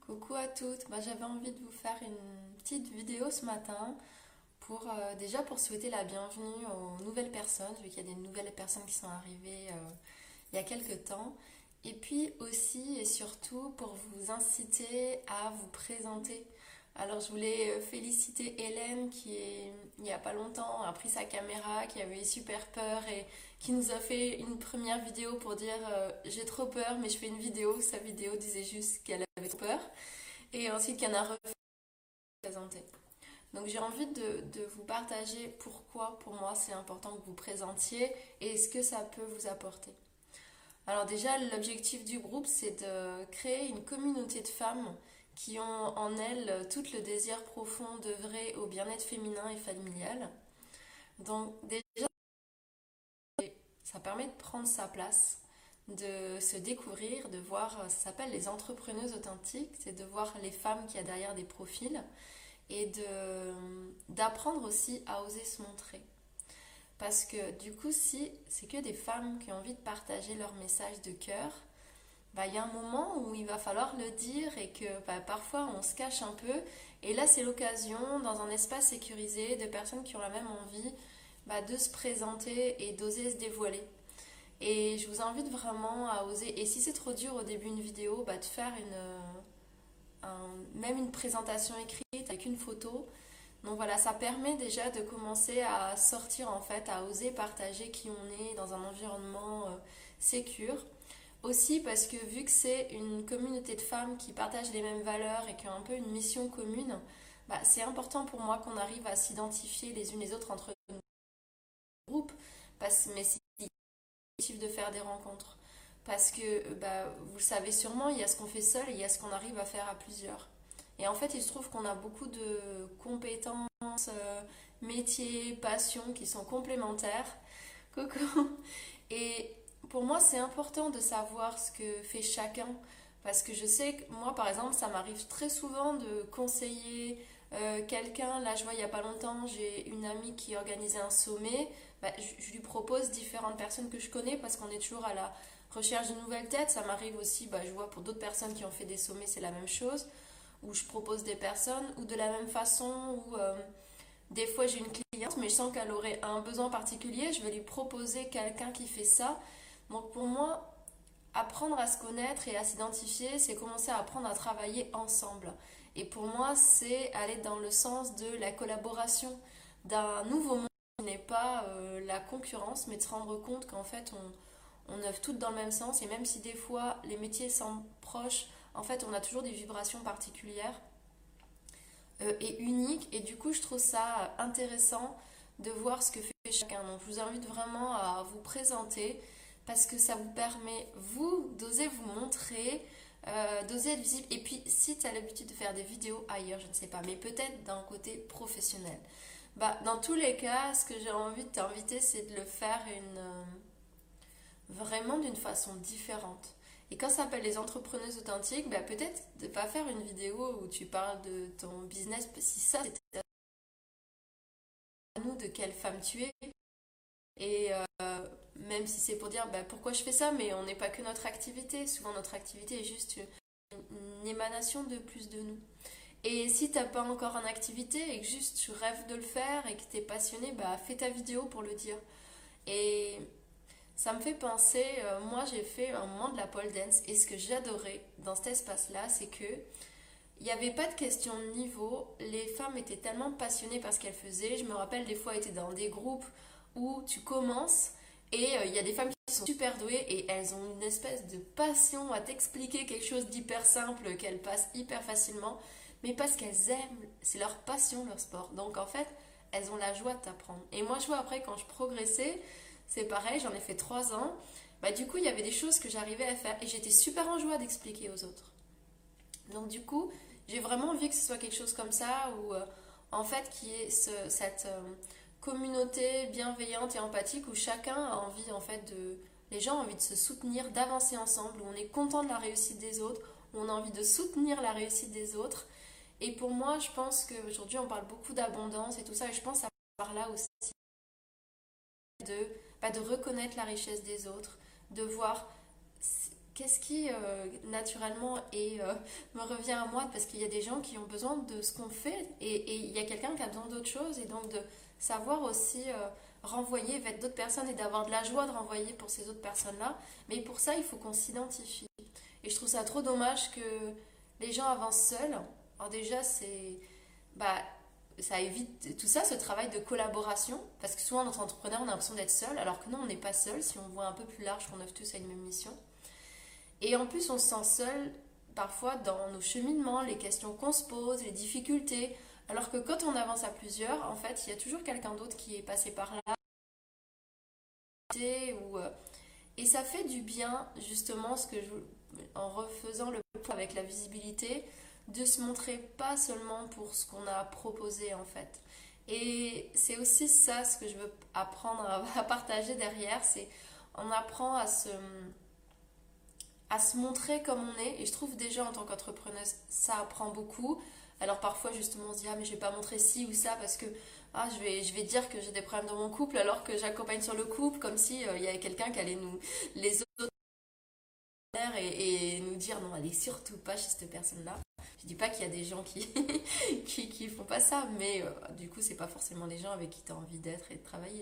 Coucou à toutes, j'avais envie de vous faire une petite vidéo ce matin pour déjà pour souhaiter la bienvenue aux nouvelles personnes, vu qu'il y a des nouvelles personnes qui sont arrivées il y a quelques temps, et puis aussi et surtout pour vous inciter à vous présenter. Alors je voulais féliciter Hélène il n'y a pas longtemps, a pris sa caméra, qui avait super peur et qui nous a fait une première vidéo pour dire j'ai trop peur mais je fais une vidéo. Sa vidéo disait juste qu'elle avait trop peur et ensuite qu'elle a représenté. Donc j'ai envie de vous partager pourquoi pour moi c'est important que vous présentiez et ce que ça peut vous apporter. Alors déjà, l'objectif du groupe, c'est de créer une communauté de femmes qui ont en elles tout le désir profond d'œuvrer au bien-être féminin et familial. Donc déjà, ça permet de prendre sa place, de se découvrir, de voir, ça s'appelle les entrepreneuses authentiques, c'est de voir les femmes qu'il y a derrière des profils et d'apprendre aussi à oser se montrer. Parce que du coup, si c'est que des femmes qui ont envie de partager leur message de cœur, il y a un moment où il va falloir le dire et que parfois on se cache un peu. Et là, c'est l'occasion, dans un espace sécurisé, de personnes qui ont la même envie de se présenter et d'oser se dévoiler. Et je vous invite vraiment à oser. Et si c'est trop dur au début d'une vidéo, de faire même une présentation écrite avec une photo. Donc voilà, ça permet déjà de commencer à sortir en fait, à oser partager qui on est dans un environnement sécure. Aussi parce que vu que c'est une communauté de femmes qui partagent les mêmes valeurs et qui ont un peu une mission commune, c'est important pour moi qu'on arrive à s'identifier les unes les autres entre nos groupes, mais c'est positif de faire des rencontres. Parce que vous le savez sûrement, il y a ce qu'on fait seul et il y a ce qu'on arrive à faire à plusieurs. Et en fait, il se trouve qu'on a beaucoup de compétences, métiers, passions qui sont complémentaires. Coucou. Et pour moi, c'est important de savoir ce que fait chacun. Parce que je sais que moi, par exemple, ça m'arrive très souvent de conseiller quelqu'un. Là, je vois, il n'y a pas longtemps, j'ai une amie qui organisait un sommet. Je lui propose différentes personnes que je connais parce qu'on est toujours à la recherche de nouvelles têtes. Ça m'arrive aussi, je vois pour d'autres personnes qui ont fait des sommets, c'est la même chose. Où je propose des personnes, ou de la même façon, où des fois j'ai une cliente, mais je sens qu'elle aurait un besoin particulier, je vais lui proposer quelqu'un qui fait ça. Donc pour moi, apprendre à se connaître et à s'identifier, c'est commencer à apprendre à travailler ensemble. Et pour moi, c'est aller dans le sens de la collaboration, d'un nouveau monde qui n'est pas la concurrence, mais de se rendre compte qu'en fait, on œuvre toutes dans le même sens. Et même si des fois les métiers semblent proches, en fait, on a toujours des vibrations particulières et uniques. Et du coup, je trouve ça intéressant de voir ce que fait chacun. Donc, je vous invite vraiment à vous présenter parce que ça vous permet, vous, d'oser vous montrer, d'oser être visible. Et puis, si tu as l'habitude de faire des vidéos ailleurs, je ne sais pas, mais peut-être d'un côté professionnel. Dans tous les cas, ce que j'ai envie de t'inviter, c'est de le faire vraiment d'une façon différente. Et quand ça s'appelle les entrepreneuses authentiques, peut-être de ne pas faire une vidéo où tu parles de ton business, si ça c'était à nous de quelle femme tu es. Et même si c'est pour dire pourquoi je fais ça, mais on n'est pas que notre activité. Souvent notre activité est juste une émanation de plus de nous. Et si t'as pas encore en activité et que juste tu rêves de le faire et que tu es passionné, fais ta vidéo pour le dire. Et ça me fait penser, moi j'ai fait un moment de la pole dance et ce que j'adorais dans cet espace-là, c'est que il n'y avait pas de question de niveau. Les femmes étaient tellement passionnées par ce qu'elles faisaient. Je me rappelle des fois être dans des groupes où tu commences et il y a des femmes qui sont super douées et elles ont une espèce de passion à t'expliquer quelque chose d'hyper simple qu'elles passent hyper facilement, mais parce qu'elles aiment, c'est leur passion, leur sport. Donc en fait, elles ont la joie de t'apprendre. Et moi, je vois après quand je progressais, c'est pareil, j'en ai fait 3 ans. Du coup, il y avait des choses que j'arrivais à faire et j'étais super en joie d'expliquer aux autres. Donc du coup, j'ai vraiment envie que ce soit quelque chose comme ça où en fait qui est cette communauté bienveillante et empathique où chacun a envie en fait de les gens ont envie de se soutenir, d'avancer ensemble, où on est content de la réussite des autres, où on a envie de soutenir la réussite des autres. Et pour moi, je pense qu'aujourd'hui on parle beaucoup d'abondance et tout ça, et je pense à par là aussi de reconnaître la richesse des autres, de voir qu'est-ce qui naturellement me revient à moi, parce qu'il y a des gens qui ont besoin de ce qu'on fait et il y a quelqu'un qui a besoin d'autre chose, et donc de savoir aussi renvoyer vers d'autres personnes et d'avoir de la joie de renvoyer pour ces autres personnes-là. Mais pour ça, il faut qu'on s'identifie. Et je trouve ça trop dommage que les gens avancent seuls. Alors déjà, bah, ça évite tout ça, ce travail de collaboration, parce que souvent, notre entrepreneur, on a l'impression d'être seul, alors que non, on n'est pas seul si on voit un peu plus large, qu'on œuvre tous à une même mission. Et en plus, on se sent seul parfois dans nos cheminements, les questions qu'on se pose, les difficultés. Alors que quand on avance à plusieurs, en fait, il y a toujours quelqu'un d'autre qui est passé par là. Ou, et ça fait du bien, justement, en refaisant le point avec la visibilité, de se montrer pas seulement pour ce qu'on a proposé, en fait. Et c'est aussi ça ce que je veux apprendre à partager derrière, c'est on apprend à se montrer comme on est. Et je trouve déjà en tant qu'entrepreneuse, ça apprend beaucoup. Alors parfois justement on se dit ah mais je vais pas montrer ci ou ça parce que je vais dire que j'ai des problèmes dans mon couple alors que j'accompagne sur le couple comme si il y avait quelqu'un qui allait nous les autres et nous dire non allez surtout pas chez cette personne-là. Je dis pas qu'il y a des gens qui qui font pas ça, mais du coup c'est pas forcément les gens avec qui tu as envie d'être et de travailler.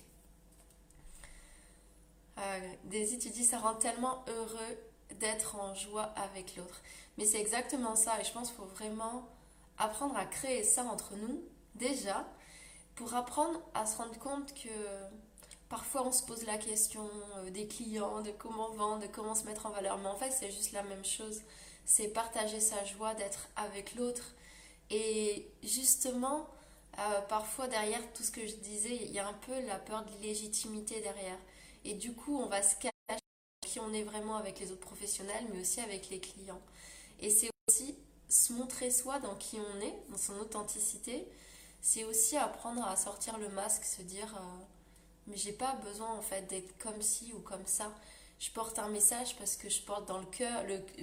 Daisy, tu dis ça rend tellement heureux d'être en joie avec l'autre. Mais c'est exactement ça et je pense qu'il faut vraiment apprendre à créer ça entre nous déjà pour apprendre à se rendre compte que parfois on se pose la question des clients, de comment vendre, de comment se mettre en valeur. Mais en fait c'est juste la même chose. C'est partager sa joie d'être avec l'autre. Et justement, parfois derrière tout ce que je disais, il y a un peu la peur de l'illégitimité derrière. Et du coup, on va se cacher qui on est vraiment avec les autres professionnels, mais aussi avec les clients. Et c'est aussi se montrer soi dans qui on est, dans son authenticité. C'est aussi apprendre à sortir le masque, se dire mais j'ai pas besoin en fait d'être comme ci ou comme ça. Je porte un message parce que je porte dans le cœur,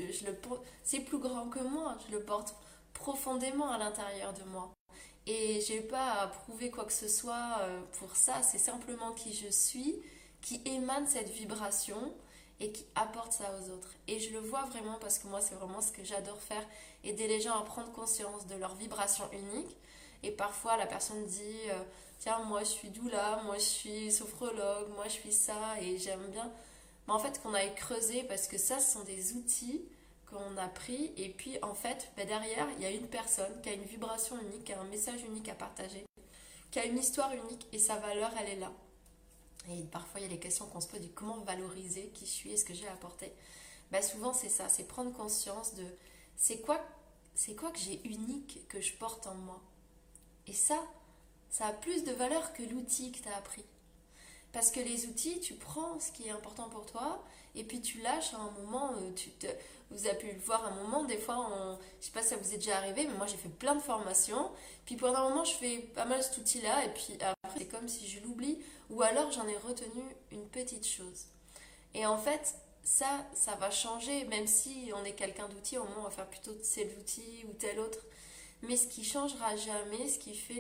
c'est plus grand que moi, je le porte profondément à l'intérieur de moi. Et j'ai pas à prouver quoi que ce soit pour ça, c'est simplement qui je suis, qui émane cette vibration et qui apporte ça aux autres. Et je le vois vraiment parce que moi, c'est vraiment ce que j'adore faire, aider les gens à prendre conscience de leur vibration unique. Et parfois, la personne dit tiens, moi je suis doula, moi je suis sophrologue, moi je suis ça, et j'aime bien. Mais en fait, qu'on aille creuser parce que ça, ce sont des outils qu'on a pris. Et puis, en fait, bah, derrière, il y a une personne qui a une vibration unique, qui a un message unique à partager, qui a une histoire unique et sa valeur, elle est là. Et parfois, il y a les questions qu'on se pose du comment valoriser qui je suis et ce que j'ai à apporter. Bah, souvent, c'est ça, c'est prendre conscience de c'est quoi, c'est quoi que j'ai unique que je porte en moi. Et ça a plus de valeur que l'outil que tu as appris. Parce que les outils, tu prends ce qui est important pour toi et puis tu lâches à un moment. Vous avez pu le voir à un moment, des fois, je sais pas si ça vous est déjà arrivé, mais moi j'ai fait plein de formations. Puis pendant un moment, je fais pas mal cet outil-là et puis après, c'est comme si je l'oublie ou alors j'en ai retenu une petite chose. Et en fait, ça va changer, même si on est quelqu'un d'outil, au moins on va faire plutôt tel outil ou tel autre. Mais ce qui changera jamais, ce qui fait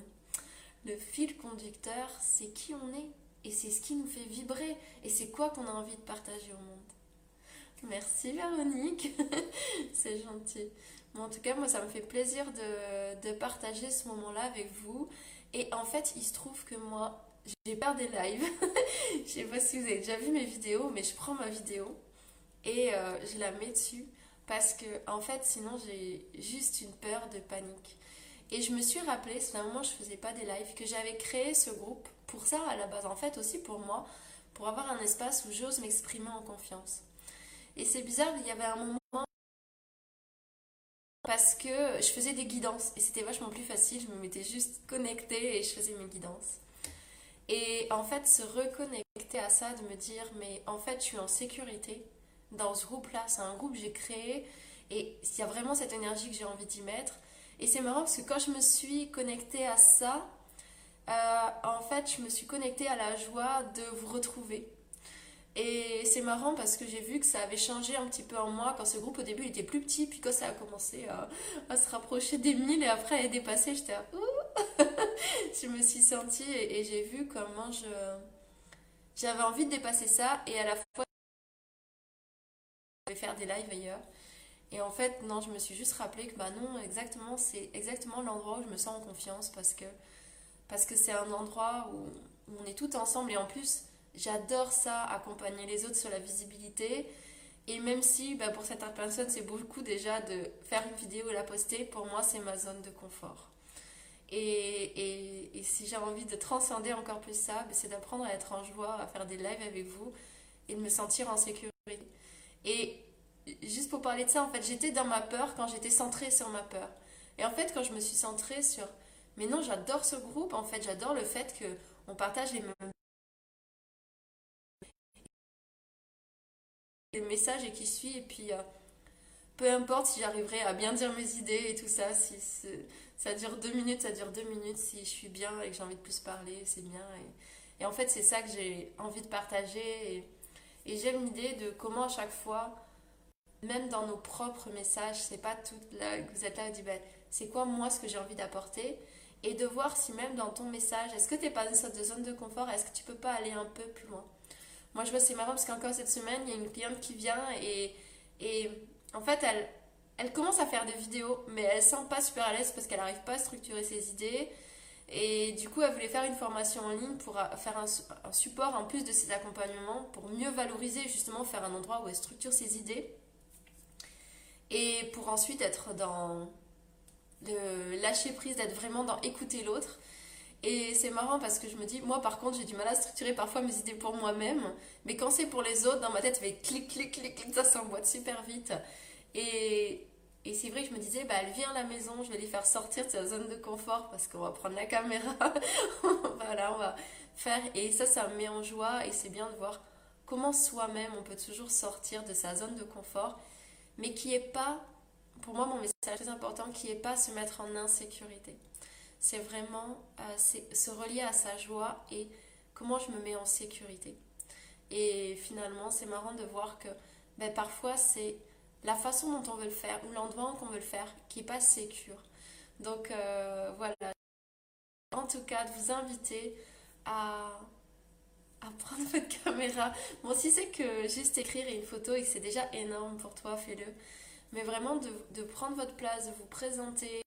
le fil conducteur, c'est qui on est. Et c'est ce qui nous fait vibrer. Et c'est quoi qu'on a envie de partager au monde. Merci Véronique. C'est gentil. Bon, en tout cas, moi, ça me fait plaisir de partager ce moment-là avec vous. Et en fait, il se trouve que moi, j'ai peur des lives. Je sais pas si vous avez déjà vu mes vidéos, mais je prends ma vidéo et je la mets dessus. Parce que, en fait, sinon, j'ai juste une peur de panique. Et je me suis rappelé, c'est un moment où je faisais pas des lives, que j'avais créé ce groupe pour ça à la base, en fait aussi pour moi, pour avoir un espace où j'ose m'exprimer en confiance. Et c'est bizarre, il y avait un moment parce que je faisais des guidances et c'était vachement plus facile, je me mettais juste connectée et je faisais mes guidances. Et en fait, se reconnecter à ça, de me dire, mais en fait, je suis en sécurité dans ce groupe-là, c'est un groupe que j'ai créé et il y a vraiment cette énergie que j'ai envie d'y mettre. Et c'est marrant parce que quand je me suis connectée à ça, en fait, je me suis connectée à la joie de vous retrouver. Et c'est marrant parce que j'ai vu que ça avait changé un petit peu en moi quand ce groupe au début il était plus petit, puis quand ça a commencé à se rapprocher des 1000 et après à dépasser, j'étais à ouh. Je me suis sentie et j'ai vu comment j'avais envie de dépasser ça et à la fois faire des lives ailleurs. Et en fait, non, je me suis juste rappelé que bah non, exactement, c'est exactement l'endroit où je me sens en confiance parce que c'est un endroit où on est tout ensemble et en plus, j'adore ça, accompagner les autres sur la visibilité. Et même si bah, pour certaines personnes, c'est beaucoup déjà de faire une vidéo et la poster, pour moi, c'est ma zone de confort. Et si j'ai envie de transcender encore plus ça, bah, c'est d'apprendre à être en joie, à faire des lives avec vous et de me sentir en sécurité. Et juste pour parler de ça, en fait, j'étais dans ma peur quand j'étais centrée sur ma peur. Et en fait, quand je me suis centrée sur, mais non, j'adore ce groupe, en fait, j'adore le fait que on partage les messages et qui suit, et puis peu importe si j'arriverai à bien dire mes idées et tout ça, si ça dure 2 minutes, ça dure 2 minutes, si je suis bien et que j'ai envie de plus parler, c'est bien. Et en fait, c'est ça que j'ai envie de partager, et j'aime l'idée de comment à chaque fois même dans nos propres messages, c'est pas tout là que vous êtes là et dit ben, c'est quoi moi ce que j'ai envie d'apporter et de voir si même dans ton message, est-ce que t'es pas une sorte de zone de confort, est-ce que tu peux pas aller un peu plus loin. Moi je vois c'est marrant parce qu'encore cette semaine, il y a une cliente qui vient et en fait elle commence à faire des vidéos mais elle sent pas super à l'aise parce qu'elle n'arrive pas à structurer ses idées et du coup elle voulait faire une formation en ligne pour faire un support en plus de ses accompagnements pour mieux valoriser justement faire un endroit où elle structure ses idées et pour ensuite être dans le lâcher prise, d'être vraiment dans écouter l'autre. Et c'est marrant parce que je me dis, moi par contre, j'ai du mal à structurer parfois mes idées pour moi-même, mais quand c'est pour les autres, dans ma tête, je vais clic, clic, clic, clic, ça s'emboîte super vite. Et, et c'est vrai que je me disais, bah, elle vient à la maison, je vais les faire sortir de sa zone de confort parce qu'on va prendre la caméra, voilà, on va faire. Et ça me met en joie et c'est bien de voir comment soi-même on peut toujours sortir de sa zone de confort mais qui est pas, pour moi mon message très important, qui est pas se mettre en insécurité. C'est vraiment se relier à sa joie et comment je me mets en sécurité. Et finalement, c'est marrant de voir que ben, parfois c'est la façon dont on veut le faire ou l'endroit où on veut le faire qui est pas sécure. Donc voilà, en tout cas, de vous inviter à, à prendre votre caméra. Bon, si c'est que juste écrire une photo et que c'est déjà énorme pour toi, fais-le. Mais vraiment de prendre votre place, de vous présenter,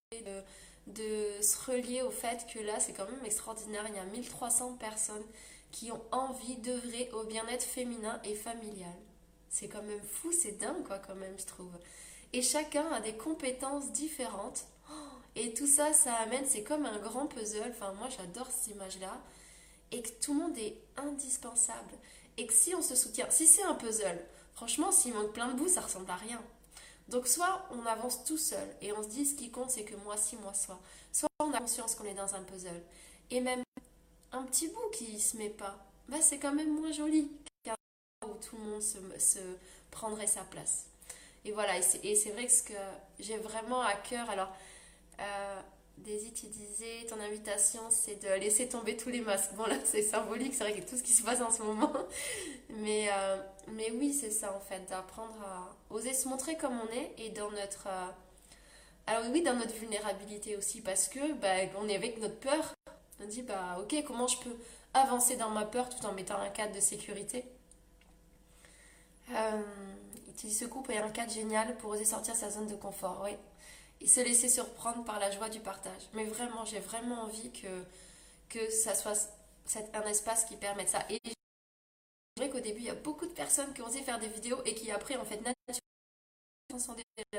de se relier au fait que là, c'est quand même extraordinaire. Il y a 1300 personnes qui ont envie d'œuvrer au bien-être féminin et familial. C'est quand même fou, c'est dingue, quoi, quand même, je trouve. Et chacun a des compétences différentes. Et tout ça, ça amène, c'est comme un grand puzzle. Enfin, moi, j'adore cette image-là. Et que tout le monde est indispensable. Et que si on se soutient, si c'est un puzzle, franchement, s'il manque plein de bouts, ça ressemble à rien. Donc soit on avance tout seul et on se dit ce qui compte c'est que moi si moi soit on a conscience qu'on est dans un puzzle et même un petit bout qui se met pas, bah c'est quand même moins joli qu'un où tout le monde se prendrait sa place. Et voilà, et c'est vrai que ce que j'ai vraiment à cœur, alors Daisy, tu disais, ton invitation, c'est de laisser tomber tous les masques. Bon, là, c'est symbolique, c'est vrai que tout ce qui se passe en ce moment. Mais oui, c'est ça, en fait, d'apprendre à oser se montrer comme on est et dans notre... alors oui, dans notre vulnérabilité aussi, parce que bah, on est avec notre peur. On dit, bah ok, comment je peux avancer dans ma peur tout en mettant un cadre de sécurité. euh, ce couple est un cadre génial pour oser sortir sa zone de confort, oui. Et se laisser surprendre par la joie du partage. Mais vraiment, j'ai vraiment envie que ça soit un espace qui permette ça. Et c'est vrai qu'au début, il y a beaucoup de personnes qui ont osé faire des vidéos et qui après, en fait, naturellement, sont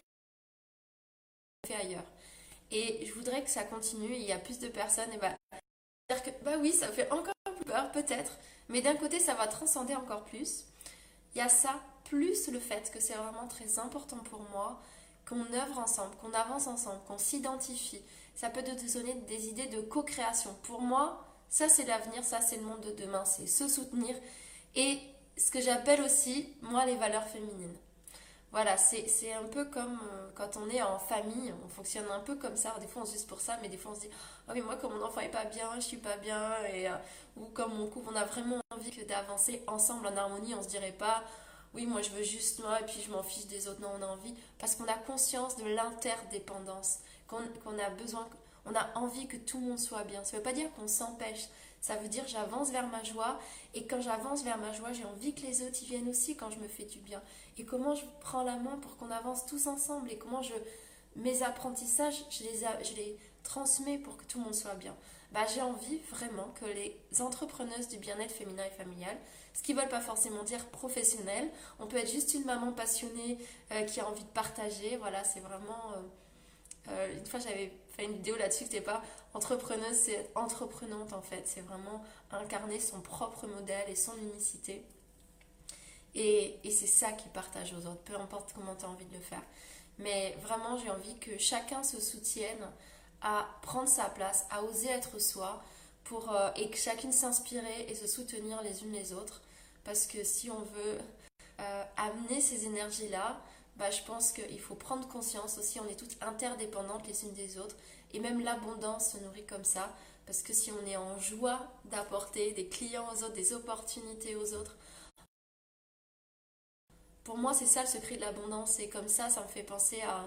fait ailleurs. Et je voudrais que ça continue, il y a plus de personnes, et bah, dire que, bah oui, ça fait encore plus peur, peut-être, mais d'un côté, ça va transcender encore plus. Il y a ça, plus le fait que c'est vraiment très important pour moi qu'on œuvre ensemble, qu'on avance ensemble, qu'on s'identifie. Ça peut te donner des idées de co-création. Pour moi, ça c'est l'avenir, ça c'est le monde de demain, c'est se soutenir. Et ce que j'appelle aussi, moi, les valeurs féminines. Voilà, c'est un peu comme quand on est en famille, on fonctionne un peu comme ça. Alors, des fois on se dit pour ça, mais des fois on se dit, ah mais moi comme mon enfant est pas bien, je suis pas bien, ou comme mon couple, on a vraiment envie que d'avancer ensemble en harmonie, on se dirait pas, oui moi je veux juste moi et puis je m'en fiche des autres. Non, on a envie, parce qu'on a conscience de l'interdépendance, qu'on a besoin, on a envie que tout le monde soit bien. Ça veut pas dire qu'on s'empêche, Ça veut dire j'avance vers ma joie et quand j'avance vers ma joie, j'ai envie que les autres y viennent aussi quand je me fais du bien. Et comment je prends la main pour qu'on avance tous ensemble et comment mes apprentissages, je les transmets pour que tout le monde soit bien. Bah, j'ai envie vraiment que les entrepreneuses du bien-être féminin et familial, ce qui ne veulent pas forcément dire professionnel, on peut être juste une maman passionnée qui a envie de partager. Voilà, c'est vraiment. Une fois, j'avais fait une vidéo là-dessus, c'était pas entrepreneuse, c'est être entreprenante en fait. C'est vraiment incarner son propre modèle et son unicité. Et c'est ça qui partage aux autres, peu importe comment tu as envie de le faire. Mais vraiment, j'ai envie que chacun se soutienne à prendre sa place, à oser être soi, et que chacune s'inspirer et se soutenir les unes les autres. Parce que si on veut amener ces énergies-là, bah, je pense qu'il faut prendre conscience aussi, on est toutes interdépendantes les unes des autres. Et même l'abondance se nourrit comme ça. Parce que si on est en joie d'apporter des clients aux autres, des opportunités aux autres, pour moi, c'est ça le secret de l'abondance. Et comme ça me fait penser à.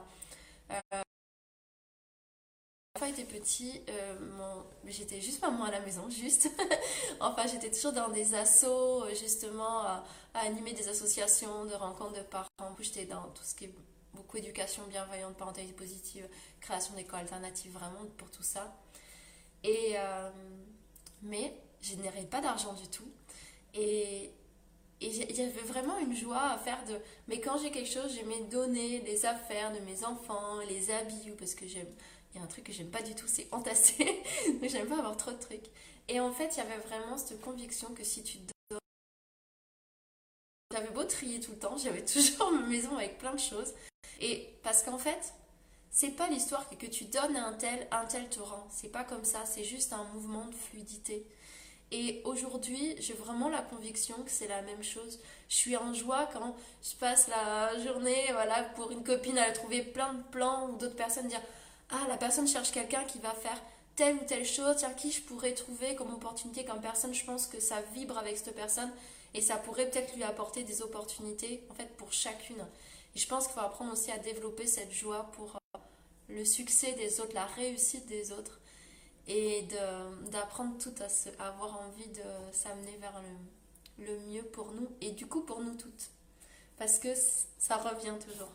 Quand j'étais petit, j'étais juste maman à la maison, juste. Enfin, j'étais toujours dans des assos, justement, à animer des associations de rencontres de parents. J'étais dans tout ce qui est beaucoup éducation bienveillante, parentalité positive, création d'écoles alternatives, vraiment pour tout ça. Et, mais je générais pas d'argent du tout. Et, il y avait vraiment une joie à faire de. Mais quand j'ai quelque chose, j'aimais donner les affaires de mes enfants, les habits, parce que j'aime. Il y a un truc que j'aime pas du tout, c'est entasser. Donc j'aime pas avoir trop de trucs. Et en fait, il y avait vraiment cette conviction que si tu donnes. J'avais beau trier tout le temps, j'avais toujours ma maison avec plein de choses. Et parce qu'en fait, c'est pas l'histoire que tu donnes à un tel te rend. C'est pas comme ça, c'est juste un mouvement de fluidité. Et aujourd'hui, j'ai vraiment la conviction que c'est la même chose. Je suis en joie quand je passe la journée, voilà, pour une copine à trouver plein de plans ou d'autres personnes dire ah, la personne cherche quelqu'un qui va faire telle ou telle chose, tiens, qui je pourrais trouver comme opportunité comme personne, je pense que ça vibre avec cette personne et ça pourrait peut-être lui apporter des opportunités, en fait, pour chacune. Et je pense qu'il faut apprendre aussi à développer cette joie pour le succès des autres, la réussite des autres et d'apprendre tout à avoir envie de s'amener vers le mieux pour nous et du coup pour nous toutes. Parce que ça revient toujours.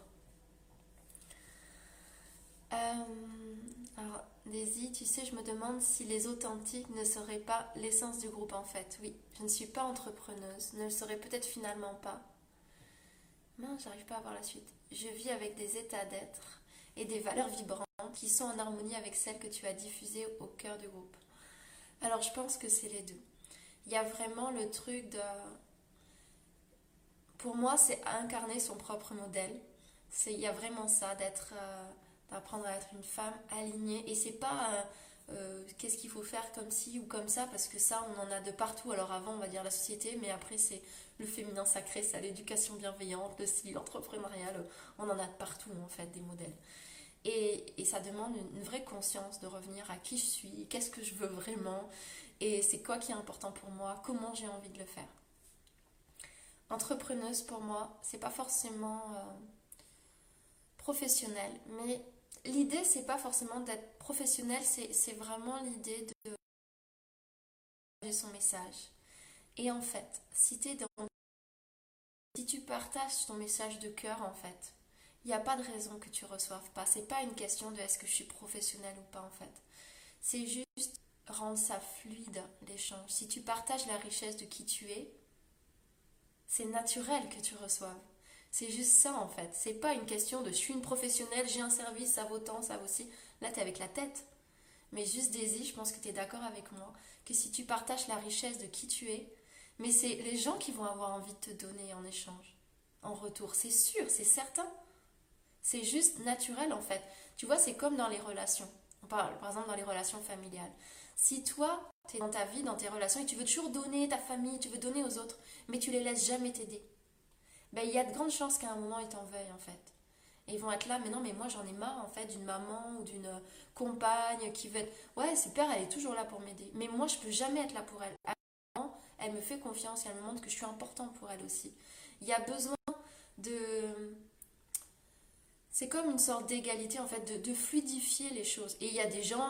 Alors, Daisy, tu sais, je me demande si les authentiques ne seraient pas l'essence du groupe en fait. Oui, je ne suis pas entrepreneuse, ne le serais peut-être finalement pas. Mince, j'arrive pas à voir la suite. Je vis avec des états d'être et des valeurs vibrantes qui sont en harmonie avec celles que tu as diffusées au cœur du groupe. Alors, je pense que c'est les deux. Il y a vraiment le truc de. Pour moi, c'est incarner son propre modèle. Il y a vraiment ça, d'apprendre à être une femme alignée. Et c'est pas qu'est-ce qu'il faut faire comme ci ou comme ça, parce que ça, on en a de partout. Alors avant, on va dire la société, mais après, c'est le féminin sacré, ça, l'éducation bienveillante, le style entrepreneurial. On en a de partout, en fait, des modèles. Et ça demande une vraie conscience de revenir à qui je suis, qu'est-ce que je veux vraiment, et c'est quoi qui est important pour moi, comment j'ai envie de le faire. Entrepreneuse, pour moi, c'est pas forcément professionnel, mais l'idée, c'est pas forcément d'être professionnel, c'est vraiment l'idée de partager son message. Et en fait, si tu partages ton message de cœur, en fait, il n'y a pas de raison que tu reçoives pas. C'est pas une question de est-ce que je suis professionnelle ou pas, en fait. C'est juste rendre ça fluide, l'échange. Si tu partages la richesse de qui tu es, c'est naturel que tu reçoives. C'est juste ça en fait. C'est pas une question de je suis une professionnelle, j'ai un service, ça vaut tant, ça vaut aussi. Là, t'es avec la tête. Mais juste Daisy, je pense que t'es d'accord avec moi, que si tu partages la richesse de qui tu es, mais c'est les gens qui vont avoir envie de te donner en échange, en retour. C'est sûr, c'est certain. C'est juste naturel en fait. Tu vois, c'est comme dans les relations. On parle par exemple dans les relations familiales. Si toi, tu es dans ta vie, dans tes relations, et tu veux toujours donner ta famille, tu veux donner aux autres, mais tu les laisses jamais t'aider, ben, il y a de grandes chances qu'à un moment, ils t'en veuillent en fait. Et ils vont être là, mais non, mais moi j'en ai marre en fait d'une maman ou d'une compagne qui veut être. Ouais, super, elle est toujours là pour m'aider. Mais moi, je peux jamais être là pour elle. À un moment, elle me fait confiance et elle me montre que je suis important pour elle aussi. Il y a besoin de. C'est comme une sorte d'égalité en fait, de fluidifier les choses. Et il y a des gens,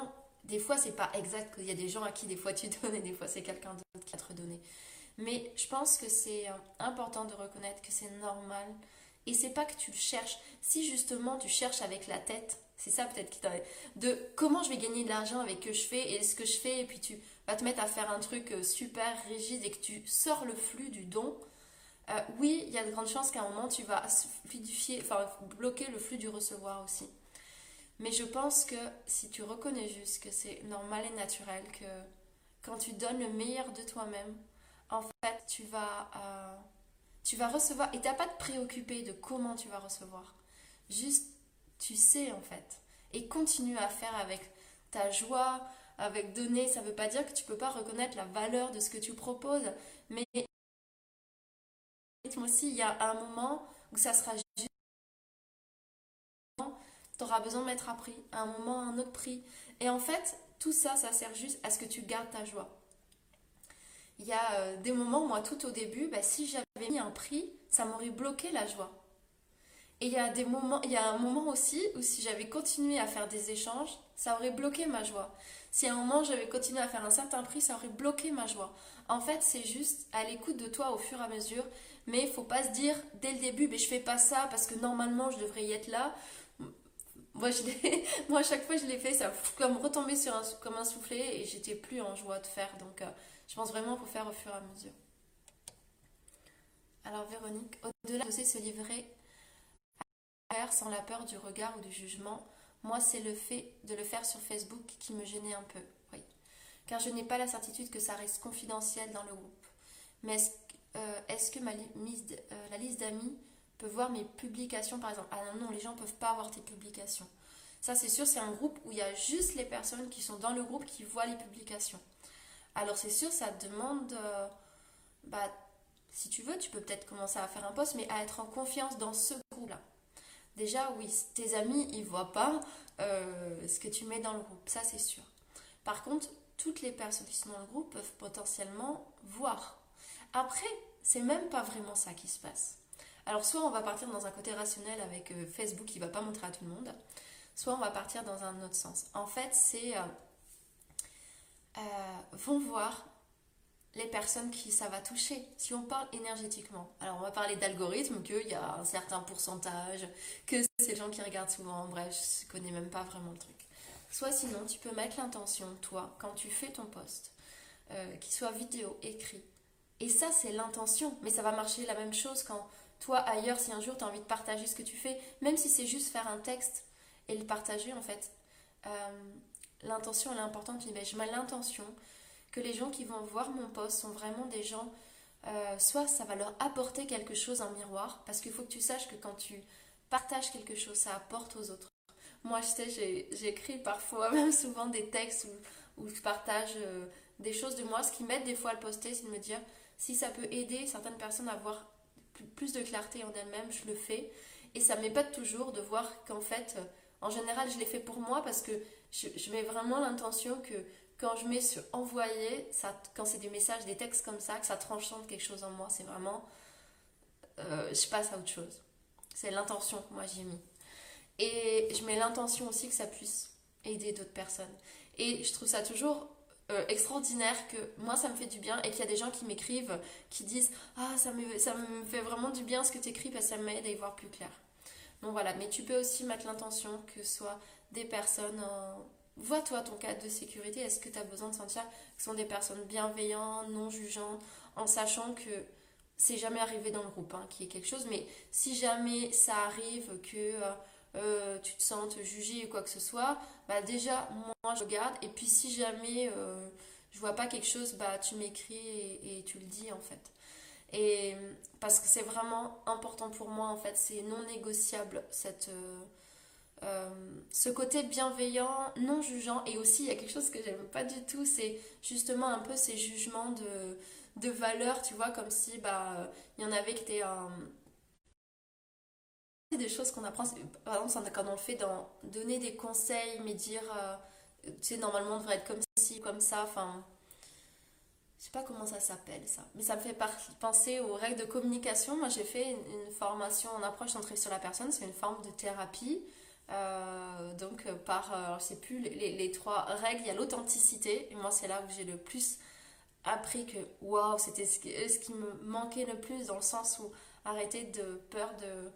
Des fois, c'est pas exact, il y a des gens à qui des fois tu donnes et des fois c'est quelqu'un d'autre qui va te redonner. Mais je pense que c'est important de reconnaître que c'est normal. Et c'est pas que tu le cherches. Si justement tu cherches avec la tête, c'est ça peut-être qui t'arrive, de comment je vais gagner de l'argent avec ce que je fais et ce que je fais, et puis tu vas te mettre à faire un truc super rigide et que tu sors le flux du don, oui, il y a de grandes chances qu'à un moment tu vas fluidifier, enfin bloquer le flux du recevoir aussi. Mais je pense que si tu reconnais juste que c'est normal et naturel, que quand tu donnes le meilleur de toi-même, en fait, tu vas recevoir et tu n'as pas de préoccuper de comment tu vas recevoir. Juste, tu sais en fait. Et continue à faire avec ta joie, avec donner. Ça ne veut pas dire que tu ne peux pas reconnaître la valeur de ce que tu proposes, mais aussi, il y a un moment où ça sera juste, tu auras besoin de mettre un prix, à un moment un autre prix. Et en fait, tout ça, ça sert juste à ce que tu gardes ta joie. Il y a des moments, moi, tout au début, bah, si j'avais mis un prix, ça m'aurait bloqué la joie. Et il y a des moments, il y a un moment aussi où si j'avais continué à faire des échanges, ça aurait bloqué ma joie. Si à un moment j'avais continué à faire un certain prix, ça aurait bloqué ma joie. En fait, c'est juste à l'écoute de toi au fur et à mesure, mais il faut pas se dire dès le début, mais je fais pas ça parce que normalement je devrais y être là. Moi, moi à chaque fois je l'ai fait, ça a comme retombé sur comme un soufflet et j'étais plus en joie de faire. Donc, je pense vraiment qu'il faut faire au fur et à mesure. Alors, Véronique, au-delà d'oser se livrer faire sans la peur du regard ou du jugement, moi c'est le fait de le faire sur Facebook qui me gênait un peu, oui. Car je n'ai pas la certitude que ça reste confidentiel dans le groupe. Mais est-ce que la liste d'amis peut voir mes publications par exemple? Ah non, non, les gens ne peuvent pas voir tes publications. Ça c'est sûr, c'est un groupe où il y a juste les personnes qui sont dans le groupe qui voient les publications. Alors c'est sûr, ça te demande, bah, si tu veux, tu peux peut-être commencer à faire un post, mais à être en confiance dans ce groupe-là. Déjà, oui, tes amis, ils voient pas ce que tu mets dans le groupe, ça c'est sûr. Par contre, toutes les personnes qui sont dans le groupe peuvent potentiellement voir. Après, c'est même pas vraiment ça qui se passe. Alors, soit on va partir dans un côté rationnel avec Facebook qui va pas montrer à tout le monde, soit on va partir dans un autre sens. En fait, c'est vont voir les personnes qui ça va toucher. Si on parle énergétiquement, alors on va parler d'algorithme, qu'il y a un certain pourcentage, que c'est les gens qui regardent souvent, bref, je connais même pas vraiment le truc. Soit sinon, tu peux mettre l'intention, toi, quand tu fais ton post, qu'il soit vidéo, écrit. Et ça, c'est l'intention, mais ça va marcher la même chose quand toi, ailleurs, si un jour tu as envie de partager ce que tu fais, même si c'est juste faire un texte et le partager, en fait, l'intention, elle est importante. Je mets l'intention que les gens qui vont voir mon post sont vraiment des gens, soit ça va leur apporter quelque chose en miroir, parce qu'il faut que tu saches que quand tu partages quelque chose, ça apporte aux autres. Moi, je sais, j'écris parfois, même souvent des textes où je partage des choses de moi. Ce qui m'aide des fois à le poster, c'est de me dire si ça peut aider certaines personnes à avoir plus de clarté en elles-mêmes, je le fais. Et ça m'épate toujours de voir qu'en fait, en général, je l'ai fait pour moi parce que je mets vraiment l'intention que quand je mets sur envoyer, ça, quand c'est des messages, des textes comme ça, que ça transcende quelque chose en moi, c'est vraiment, je passe à autre chose. C'est l'intention que moi j'y ai mis. Et je mets l'intention aussi que ça puisse aider d'autres personnes. Et je trouve ça toujours extraordinaire que moi ça me fait du bien et qu'il y a des gens qui m'écrivent, qui disent ah ça me fait vraiment du bien ce que tu écris parce que ça m'aide à y voir plus clair. Donc voilà, mais tu peux aussi mettre l'intention que ce soit des personnes vois-toi ton cadre de sécurité, est-ce que tu as besoin de sentir que ce sont des personnes bienveillantes, non jugeantes, en sachant que c'est jamais arrivé dans le groupe, hein, qu'il y ait quelque chose, mais si jamais ça arrive que tu te sentes jugé ou quoi que ce soit, bah déjà, moi je regarde, et puis si jamais je vois pas quelque chose, bah tu m'écris et tu le dis en fait. Et parce que c'est vraiment important pour moi en fait, c'est non négociable ce côté bienveillant, non jugeant, et aussi il y a quelque chose que j'aime pas du tout, c'est justement un peu ces jugements de valeur, tu vois, comme si bah il y en avait qui étaient des choses qu'on apprend, par exemple quand on le fait dans donner des conseils, mais dire tu sais normalement on devrait être comme ci, comme ça, enfin je sais pas comment ça s'appelle ça, mais ça me fait penser aux règles de communication. Moi j'ai fait une formation en approche centrée sur la personne, c'est une forme de thérapie. Donc par, je sais plus, les trois règles, il y a l'authenticité. Et moi, c'est là où j'ai le plus appris que, waouh, c'était ce qui me manquait le plus, dans le sens où arrêter de peur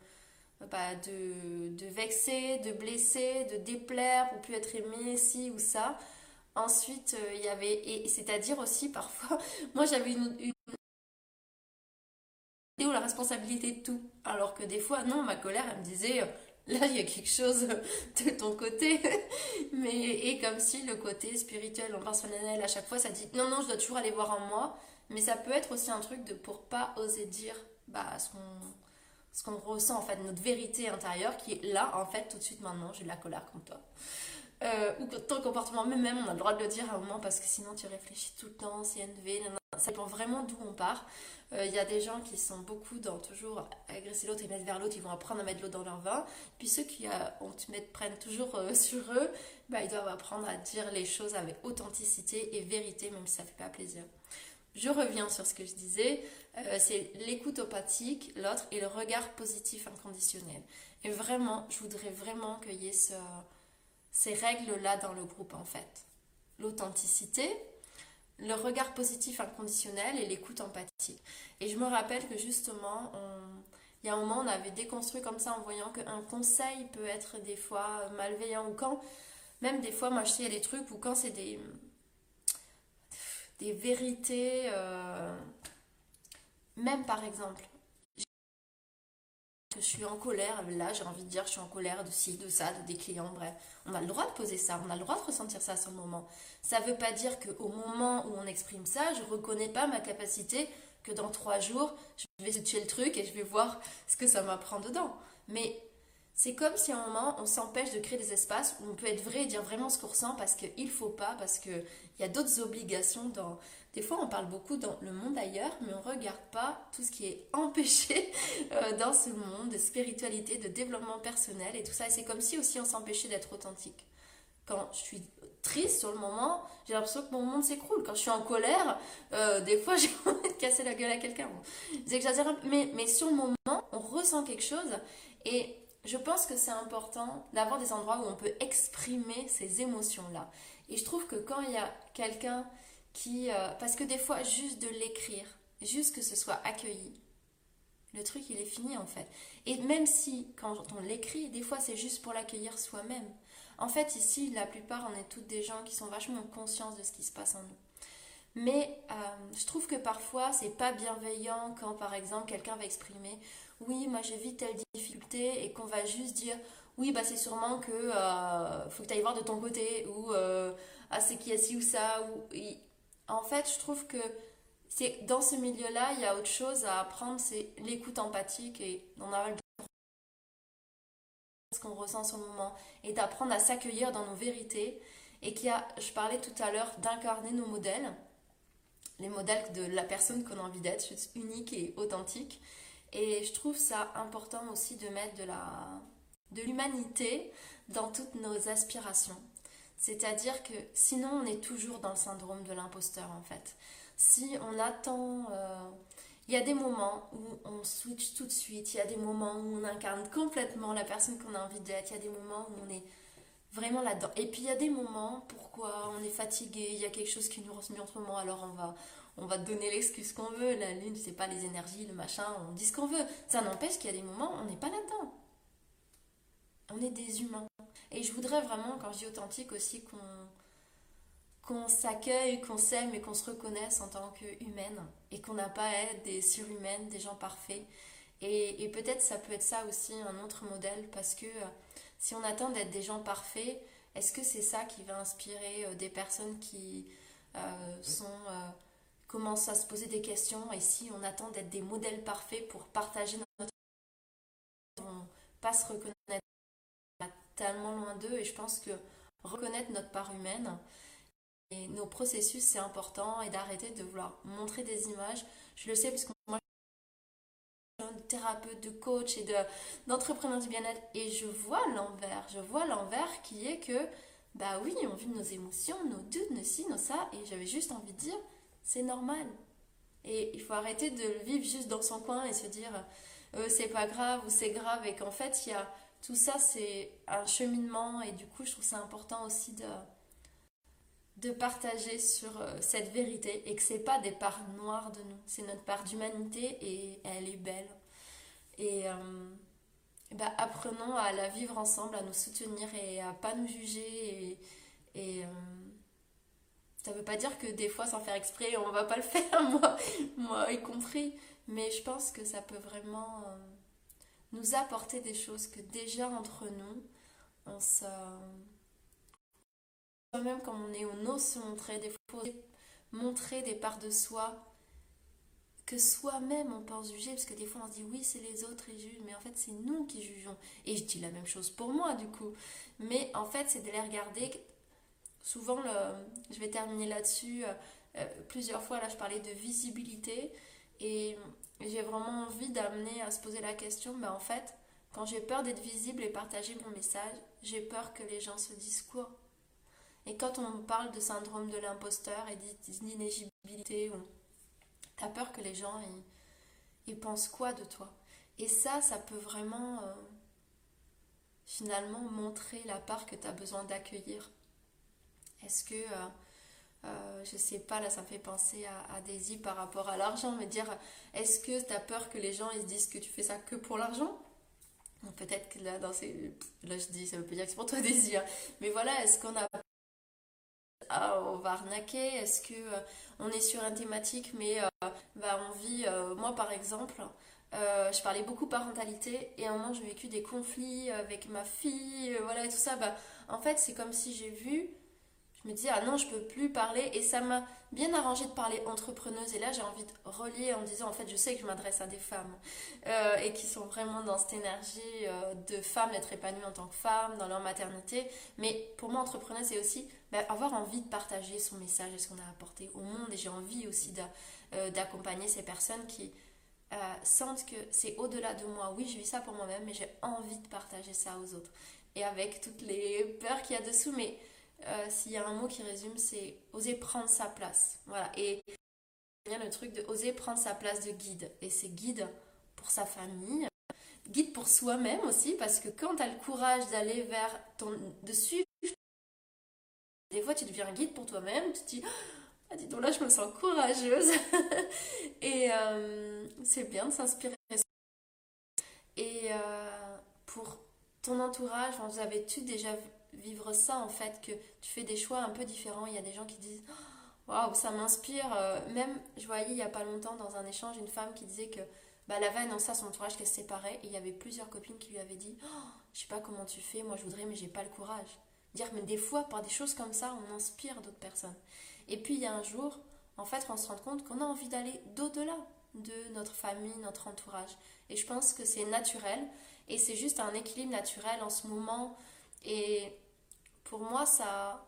de vexer, de blesser, de déplaire, ou plus être aimé, ci ou ça. Ensuite, il y avait, et c'est-à-dire aussi parfois, moi j'avais une idée où la responsabilité de tout. Alors que des fois, non, ma colère, elle me disait, là, il y a quelque chose de ton côté. Mais, et comme si le côté spirituel, personnel, à chaque fois, ça dit, non, non, je dois toujours aller voir en moi. Mais ça peut être aussi un truc de pour pas oser dire ce qu'on ressent, en fait, notre vérité intérieure qui est là, en fait, tout de suite maintenant, j'ai de la colère contre toi. Ou que ton comportement, même on a le droit de le dire à un moment parce que sinon tu réfléchis tout le temps, CNV, nanana. Ça dépend vraiment d'où on part. Il y a des gens qui sont beaucoup dans toujours agresser l'autre et mettre vers l'autre, ils vont apprendre à mettre l'eau dans leur vin. Puis ceux qui prennent toujours sur eux, ils doivent apprendre à dire les choses avec authenticité et vérité, même si ça ne fait pas plaisir. Je reviens sur ce que je disais, c'est l'écoute empathique, l'autre, et le regard positif inconditionnel. Et vraiment, je voudrais vraiment qu'il y ait ces règles-là dans le groupe en fait. L'authenticité, le regard positif inconditionnel et l'écoute empathique. Et je me rappelle que justement, il y a un moment, on avait déconstruit comme ça en voyant qu'un conseil peut être des fois malveillant ou quand, même des fois, moi je sais, il y a des trucs où quand c'est des vérités, même par exemple, que je suis en colère, là j'ai envie de dire je suis en colère de ci, de ça, de des clients, bref. On a le droit de poser ça, on a le droit de ressentir ça sur le moment. Ça ne veut pas dire qu'au moment où on exprime ça, je ne reconnais pas ma capacité que dans 3 jours, je vais switcher le truc et je vais voir ce que ça m'apprend dedans. Mais c'est comme si à un moment, on s'empêche de créer des espaces où on peut être vrai et dire vraiment ce qu'on ressent parce qu'il ne faut pas, parce qu'il y a d'autres obligations dans... Des fois, on parle beaucoup dans le monde ailleurs, mais on ne regarde pas tout ce qui est empêché dans ce monde de spiritualité, de développement personnel et tout ça. Et c'est comme si aussi on s'empêchait d'être authentique. Quand je suis triste sur le moment, j'ai l'impression que mon monde s'écroule. Quand je suis en colère, des fois, j'ai envie de casser la gueule à quelqu'un. Bon, j'exagère un peu, mais sur le moment, on ressent quelque chose et je pense que c'est important d'avoir des endroits où on peut exprimer ces émotions-là. Et je trouve que quand il y a quelqu'un parce que des fois, juste de l'écrire, juste que ce soit accueilli, le truc, il est fini en fait. Et même si, quand on l'écrit, des fois, c'est juste pour l'accueillir soi-même. En fait, ici, la plupart, on est toutes des gens qui sont vachement conscients de ce qui se passe en nous. Mais je trouve que parfois, c'est pas bienveillant quand, par exemple, quelqu'un va exprimer oui, moi je vis telle difficulté et qu'on va juste dire oui, c'est sûrement que faut que tu ailles voir de ton côté ou c'est qui a ci ou ça. En fait, je trouve que c'est dans ce milieu-là, il y a autre chose à apprendre, c'est l'écoute empathique et d'en avoir ce qu'on ressent sur le moment et d'apprendre à s'accueillir dans nos vérités et je parlais tout à l'heure d'incarner nos modèles, les modèles de la personne qu'on a envie d'être, juste unique et authentique. Et je trouve ça important aussi de mettre de l'humanité dans toutes nos aspirations. C'est-à-dire que sinon on est toujours dans le syndrome de l'imposteur en fait. Si on attend... il y a des moments où on switch tout de suite, il y a des moments où on incarne complètement la personne qu'on a envie d'être, il y a des moments où on est vraiment là-dedans. Et puis il y a des moments, pourquoi on est fatigué, il y a quelque chose qui nous remet en ce moment, alors on va donner l'excuse qu'on veut, la lune, c'est pas les énergies, le machin, on dit ce qu'on veut. Ça n'empêche qu'il y a des moments où on n'est pas là-dedans. On est des humains. Et je voudrais vraiment, quand je dis authentique aussi, qu'on s'accueille, qu'on s'aime et qu'on se reconnaisse en tant qu'humaine. Et qu'on n'a pas à être des surhumaines, des gens parfaits. Et peut-être ça peut être ça aussi, un autre modèle, parce que si on attend d'être des gens parfaits, est-ce que c'est ça qui va inspirer des personnes qui commencent à se poser des questions? Et si on attend d'être des modèles parfaits pour partager notre... On ne pas se reconnaître tellement loin d'eux, et je pense que reconnaître notre part humaine et nos processus, c'est important, et d'arrêter de vouloir montrer des images. Je le sais parce que moi, je suis thérapeute, de coach et d'entrepreneur du bien-être, et je vois l'envers qui est que, oui, on vit nos émotions, nos doutes, nos ci, nos ça, et j'avais juste envie de dire, c'est normal. Et il faut arrêter de le vivre juste dans son coin et se dire, c'est pas grave ou c'est grave, et qu'en fait, il y a tout ça, c'est un cheminement et du coup, je trouve ça important aussi de partager sur cette vérité et que c'est pas des parts noires de nous, c'est notre part d'humanité et elle est belle. Et bah, apprenons à la vivre ensemble, à nous soutenir et à pas nous juger. Et ça veut pas dire que des fois, sans faire exprès, on va pas le faire, moi y compris. Mais je pense que ça peut vraiment nous apporter des choses que déjà entre nous, on se... Même comme on ose se montrer, des fois, montrer des parts de soi que soi-même on pense juger, parce que des fois on se dit oui c'est les autres ils jugent, mais en fait c'est nous qui jugeons. Et je dis la même chose pour moi du coup. Mais en fait c'est de les regarder. Souvent, je vais terminer là-dessus, plusieurs fois là je parlais de visibilité et j'ai vraiment envie d'amener à se poser la question, mais en fait quand j'ai peur d'être visible et partager mon message, j'ai peur que les gens se disent quoi. Et quand on parle de syndrome de l'imposteur et d'inéligibilité, t'as peur que les gens ils pensent quoi de toi. Et ça peut vraiment finalement montrer la part que tu as besoin d'accueillir. Est-ce que, je sais pas, là ça me fait penser à Daisy par rapport à l'argent, me dire, est-ce que tu as peur que les gens ils se disent que tu fais ça que pour l'argent? Peut-être que là, là je dis, ça veut pas dire que c'est pour toi Daisy, hein. Mais voilà, est-ce qu'on a on va arnaquer? Est-ce que on est sur une thématique, mais bah, on vit, moi par exemple, je parlais beaucoup parentalité et à un moment j'ai vécu des conflits avec ma fille, voilà et tout ça. Bah, en fait, c'est comme si j'ai vu, je me dis ah non, je peux plus parler et ça m'a bien arrangé de parler entrepreneuse. Et là, j'ai envie de relier en me disant en fait, je sais que je m'adresse à des femmes et qui sont vraiment dans cette énergie de femmes, d'être épanouies en tant que femmes, dans leur maternité. Mais pour moi, entrepreneuse, c'est aussi avoir envie de partager son message et ce qu'on a apporté au monde. Et j'ai envie aussi d'accompagner ces personnes qui sentent que c'est au-delà de moi. Oui, je vis ça pour moi-même, mais j'ai envie de partager ça aux autres. Et avec toutes les peurs qu'il y a dessous, mais s'il y a un mot qui résume, c'est oser prendre sa place. Voilà. Et il y a le truc de oser prendre sa place de guide. Et c'est guide pour sa famille, guide pour soi-même aussi, parce que quand tu as le courage d'aller de suivre, des fois tu deviens un guide pour toi-même, tu te dis, ah, dis donc là je me sens courageuse. Et c'est bien de s'inspirer. Et pour ton entourage, vous avez-tu déjà vivre ça en fait, que tu fais des choix un peu différents? Il y a des gens qui disent waouh, ça m'inspire. Même, je voyais il y a pas longtemps dans un échange une femme qui disait que bah, elle avait annoncé à son entourage qu'elle se séparait et il y avait plusieurs copines qui lui avaient dit oh, je sais pas comment tu fais, moi je voudrais, mais j'ai pas le courage. Dire, mais des fois, par des choses comme ça, on inspire d'autres personnes. Et puis il y a un jour, en fait, on se rend compte qu'on a envie d'aller d'au-delà de notre famille, notre entourage. Et je pense que c'est naturel et c'est juste un équilibre naturel en ce moment. Et pour moi, ça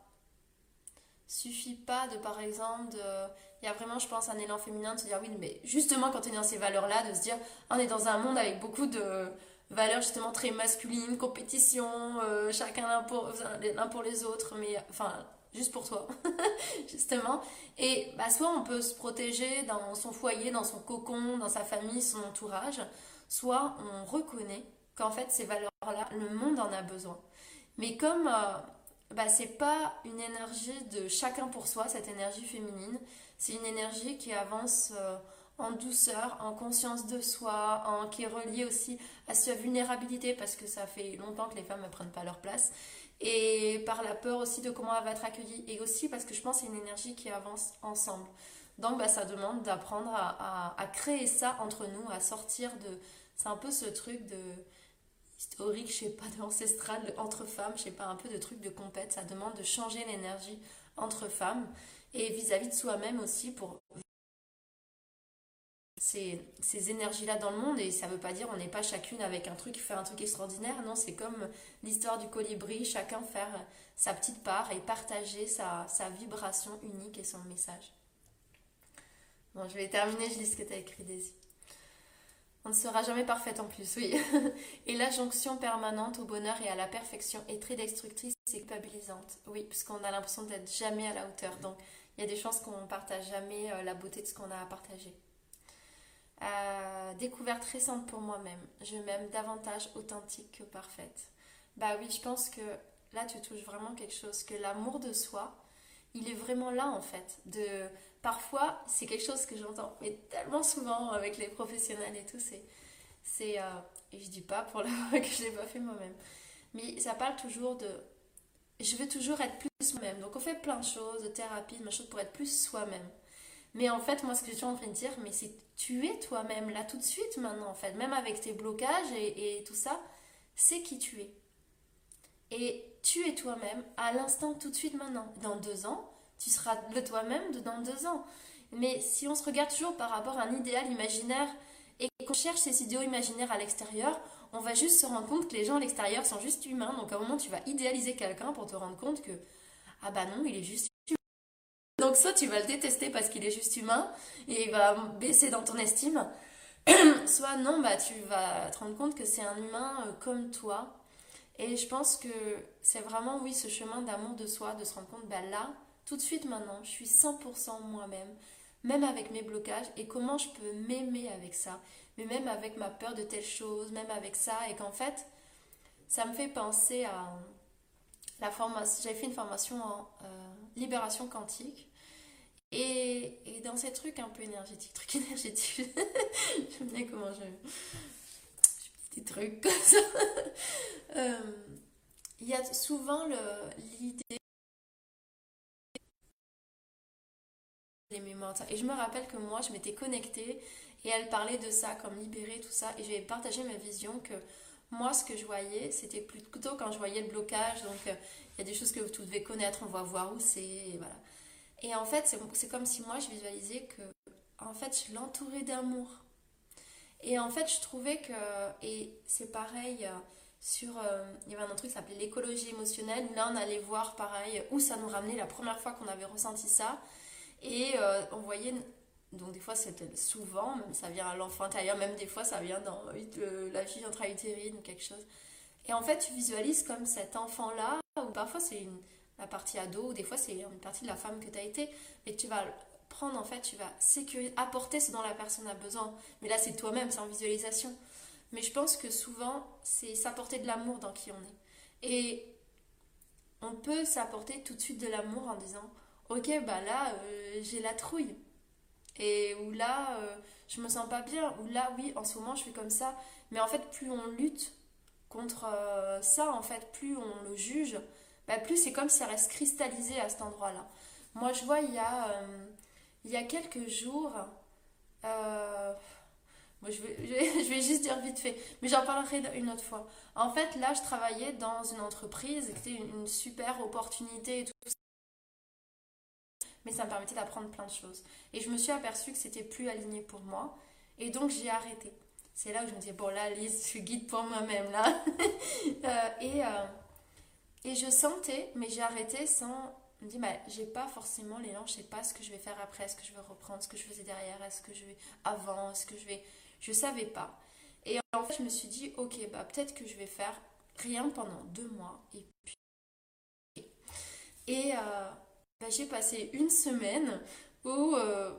suffit pas de, par exemple, il y a vraiment, je pense, un élan féminin de se dire oui, mais justement, quand on est dans ces valeurs-là, de se dire on est dans un monde avec beaucoup de valeurs justement très masculines, compétition, chacun l'un pour les autres, mais enfin, juste pour toi, justement. Et bah, soit on peut se protéger dans son foyer, dans son cocon, dans sa famille, son entourage, soit on reconnaît qu'en fait, ces valeurs-là, le monde en a besoin. Mais comme bah, c'est pas une énergie de chacun pour soi, cette énergie féminine, c'est une énergie qui avance en douceur, en conscience de soi, qui est reliée aussi à sa vulnérabilité, parce que ça fait longtemps que les femmes ne prennent pas leur place, et par la peur aussi de comment elle va être accueillie, et aussi parce que je pense que c'est une énergie qui avance ensemble. Donc bah, ça demande d'apprendre à créer ça entre nous, à sortir de... C'est un peu ce truc de historique, je sais pas, d'ancestral entre femmes, je sais pas, un peu de truc de compète. Ça demande de changer l'énergie entre femmes et vis-à-vis de soi-même aussi pour ces énergies-là dans le monde. Et ça veut pas dire on n'est pas chacune avec un truc qui fait un truc extraordinaire. Non, c'est comme l'histoire du colibri, chacun faire sa petite part et partager sa vibration unique et son message. Bon, je vais terminer, je lis ce que tu as écrit, Daisy. On ne sera jamais parfaite en plus, oui. Et la jonction permanente au bonheur et à la perfection est très destructrice et culpabilisante. Oui, puisqu'on a l'impression d'être jamais à la hauteur. Donc, il y a des chances qu'on ne partage jamais la beauté de ce qu'on a à partager. Découverte récente pour moi-même. Je m'aime davantage authentique que parfaite. Bah oui, je pense que là tu touches vraiment quelque chose, que l'amour de soi, il est vraiment là en fait. Parfois, c'est quelque chose que j'entends, mais tellement souvent avec les professionnels et tout, et je dis pas pour la fois que je l'ai pas fait moi-même, mais ça parle toujours de, je veux toujours être plus moi-même. Donc on fait plein de choses, de thérapie, de machin pour être plus soi-même. Mais en fait, moi, ce que je suis en train de dire, mais c'est tu es toi-même là tout de suite maintenant, en fait, même avec tes blocages et tout ça, c'est qui tu es. Et tu es toi-même à l'instant tout de suite maintenant. Dans 2 ans, tu seras le toi-même de dans 2 ans. Mais si on se regarde toujours par rapport à un idéal imaginaire et qu'on cherche ces idéaux imaginaires à l'extérieur, on va juste se rendre compte que les gens à l'extérieur sont juste humains. Donc à un moment, tu vas idéaliser quelqu'un pour te rendre compte que, ah bah non, il est juste humain. Donc soit tu vas le détester parce qu'il est juste humain et il va baisser dans ton estime, soit non, bah tu vas te rendre compte que c'est un humain comme toi. Et je pense que c'est vraiment, oui, ce chemin d'amour de soi, de se rendre compte, bah là, tout de suite maintenant, je suis 100% moi-même, même avec mes blocages, et comment je peux m'aimer avec ça, mais même avec ma peur de telle chose, même avec ça, et qu'en fait, ça me fait penser à la formation, j'avais fait une formation en libération quantique, et dans ces trucs énergétiques, j'aime bien comment des trucs comme ça. Euh, il y a souvent l'idée des mémoires. Et je me rappelle que moi, je m'étais connectée et elle parlait de ça, comme libérer tout ça. Et j'avais partagé ma vision que moi, ce que je voyais, c'était plutôt quand je voyais le blocage. Donc, il y a des choses que tu devais connaître, on va voir où c'est. Et voilà. Et en fait, c'est comme si moi, je visualisais que, en fait, je l'entourais d'amour. Et en fait, je trouvais que, et c'est pareil il y avait un autre truc qui s'appelait l'écologie émotionnelle, où là on allait voir pareil où ça nous ramenait la première fois qu'on avait ressenti ça. Et on voyait, donc des fois c'était souvent, même ça vient à l'enfant intérieur, même des fois ça vient dans la vie intra-utérine ou quelque chose. Et en fait, tu visualises comme cet enfant-là, ou parfois c'est la partie ado, ou des fois c'est une partie de la femme que tu as été, mais tu vas prendre en fait, tu vas apporter ce dont la personne a besoin. Mais là, c'est toi-même, c'est en visualisation. Mais je pense que souvent, c'est s'apporter de l'amour dans qui on est. Et on peut s'apporter tout de suite de l'amour en disant, ok, bah là, j'ai la trouille. Et ou là, je me sens pas bien. Ou là, oui, en ce moment, je suis comme ça. Mais en fait, plus on lutte contre ça, en fait, plus on le juge, bah, plus c'est comme si ça reste cristallisé à cet endroit-là. Moi, je vois, il y a quelques jours, euh, moi, je vais juste dire vite fait, mais j'en parlerai une autre fois. En fait, là, je travaillais dans une entreprise, c'était une super opportunité et tout ça, mais ça me permettait d'apprendre plein de choses. Et je me suis aperçue que c'était plus aligné pour moi, et donc j'ai arrêté. C'est là où je me disais, bon là, Lise, je suis guide pour moi-même, là. Euh, et, euh, et je sentais, mais j'ai arrêté sans me dire, bah, j'ai pas forcément l'élan, je sais pas ce que je vais faire après, est-ce que je vais reprendre ce que je faisais derrière, est-ce que je vais avant, est-ce que je vais... Je savais pas. Et en fait, je me suis dit, ok, bah peut-être que je vais faire rien pendant 2 mois. Et bah, j'ai passé une semaine où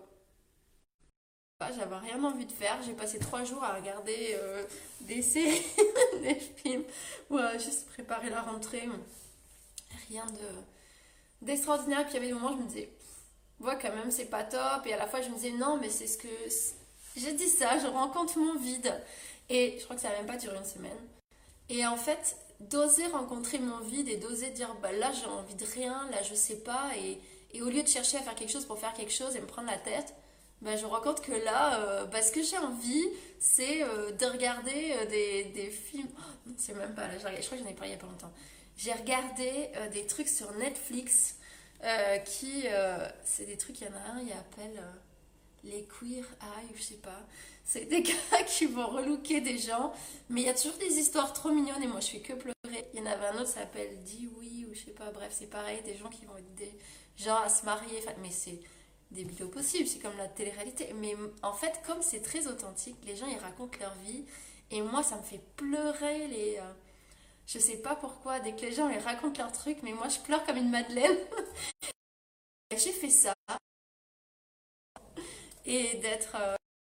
bah, j'avais rien envie de faire. J'ai passé 3 jours à regarder des séries, des films, ou à juste préparer la rentrée. Rien d'extraordinaire. Et puis il y avait des moments où je me disais, ouais, quand même, c'est pas top. Et à la fois, je me disais, non, mais c'est ce que. J'ai dit ça, je rencontre mon vide. Et je crois que ça n'a même pas duré une semaine. Et en fait, d'oser rencontrer mon vide et d'oser dire, bah là, j'ai envie de rien, là, je sais pas. Et au lieu de chercher à faire quelque chose pour faire quelque chose et me prendre la tête, bah, je rencontre que là, bah, ce que j'ai envie, c'est de regarder des films. Oh, non, c'est même pas là, je crois que j'en ai parlé il y a pas longtemps. J'ai regardé des trucs sur Netflix c'est des trucs, il y en a un, il appelle les Queer Eye, je sais pas. C'est des gars qui vont relooker des gens, mais il y a toujours des histoires trop mignonnes et moi je fais que pleurer. Il y en avait un autre, ça s'appelle Dis oui ou je sais pas, bref, c'est pareil, des gens qui vont être des gens à se marier, enfin, mais c'est débile au possible, c'est comme la télé-réalité. Mais en fait, comme c'est très authentique, les gens ils racontent leur vie et moi ça me fait pleurer je sais pas pourquoi, dès que les gens ils racontent leur truc, mais moi je pleure comme une madeleine. J'ai fait ça et d'être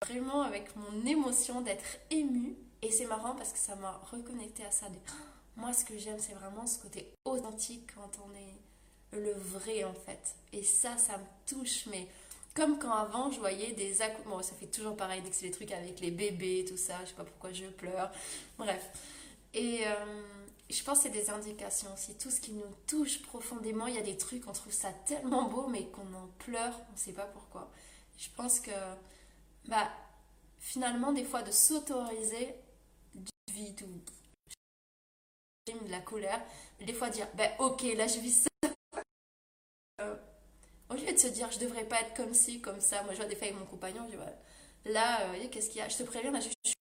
vraiment avec mon émotion d'être émue. Et c'est marrant parce que ça m'a reconnecté à ça. Moi, ce que j'aime, c'est vraiment ce côté authentique quand on est le vrai en fait. Et ça me touche. Mais comme quand avant, je voyais des accouchements. Bon, ça fait toujours pareil dès que c'est les trucs avec les bébés, tout ça. Je sais pas pourquoi je pleure. Bref. Et je pense que c'est des indications aussi. Tout ce qui nous touche profondément, il y a des trucs, on trouve ça tellement beau, mais qu'on en pleure, on ne sait pas pourquoi. Je pense que, bah, finalement, des fois, de s'autoriser du vide ou de la colère, des fois dire, bah, ok, là, je vis ça. Euh, Au lieu de se dire, je devrais pas être comme ci, comme ça. Moi, je vois des fois avec mon compagnon, je dis, ouais, là, qu'est-ce qu'il y a? Je te préviens, là,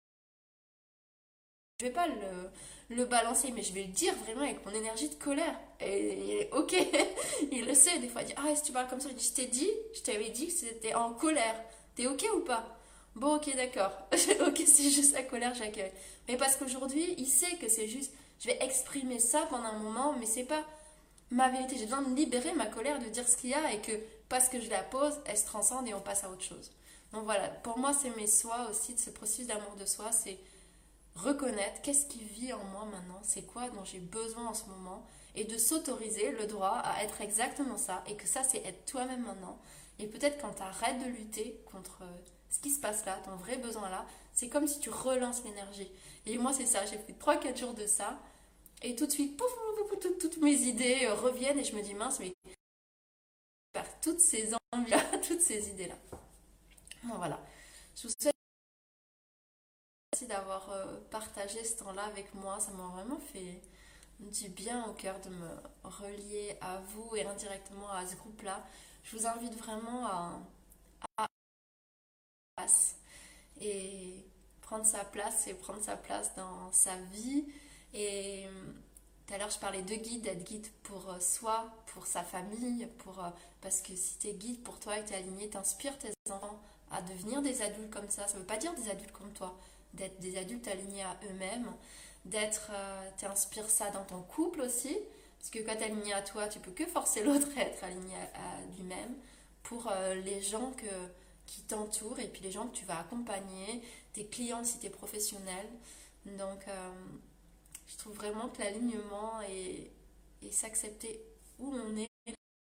je vais pas le balancer, mais je vais le dire vraiment avec mon énergie de colère. Et il est ok, il le sait. Des fois, il dit, ah, si tu parles comme ça, je dis, je t'avais dit que c'était en colère. T'es ok ou pas? Bon, ok, d'accord. Ok, c'est juste la colère, j'accueille. Mais parce qu'aujourd'hui, il sait que c'est juste, je vais exprimer ça pendant un moment, mais c'est pas ma vérité. J'ai besoin de libérer ma colère, de dire ce qu'il y a et que parce que je la pose, elle se transcende et on passe à autre chose. Donc voilà, pour moi, c'est mes soins aussi, de ce processus d'amour de soi, c'est reconnaître qu'est-ce qui vit en moi maintenant, c'est quoi dont j'ai besoin en ce moment, et de s'autoriser le droit à être exactement ça, et que ça c'est être toi-même maintenant. Et peut-être quand tu arrêtes de lutter contre ce qui se passe là, ton vrai besoin là, c'est comme si tu relances l'énergie. Et moi c'est ça, j'ai fait 3 4 jours de ça, et tout de suite, pouf, pouf, pouf, toutes mes idées reviennent, et je me dis mince, mais par toutes ces envies-là, toutes ces idées-là. Bon voilà, je vous souhaite merci d'avoir partagé ce temps-là avec moi, ça m'a vraiment fait du bien au cœur de me relier à vous et indirectement à ce groupe-là. Je vous invite vraiment à place et prendre sa place et prendre sa place dans sa vie. Et tout à l'heure, je parlais de guide, d'être guide pour soi, pour sa famille, parce que si tu es guide pour toi et tu es aligné, t'inspires tes enfants à devenir des adultes comme ça. Ça ne veut pas dire des adultes comme toi, d'être des adultes alignés à eux-mêmes, t'inspires ça dans ton couple aussi, parce que quand tu es aligné à toi, tu peux que forcer l'autre à être aligné à lui-même, pour les gens qui t'entourent et puis les gens que tu vas accompagner, tes clients si tu es professionnel. Donc, je trouve vraiment que l'alignement et s'accepter où on est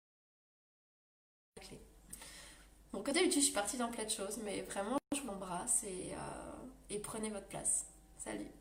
la clé. Bon, comme d'habitude, je suis partie dans plein de choses, mais vraiment, je vous embrasse et prenez votre place. Salut!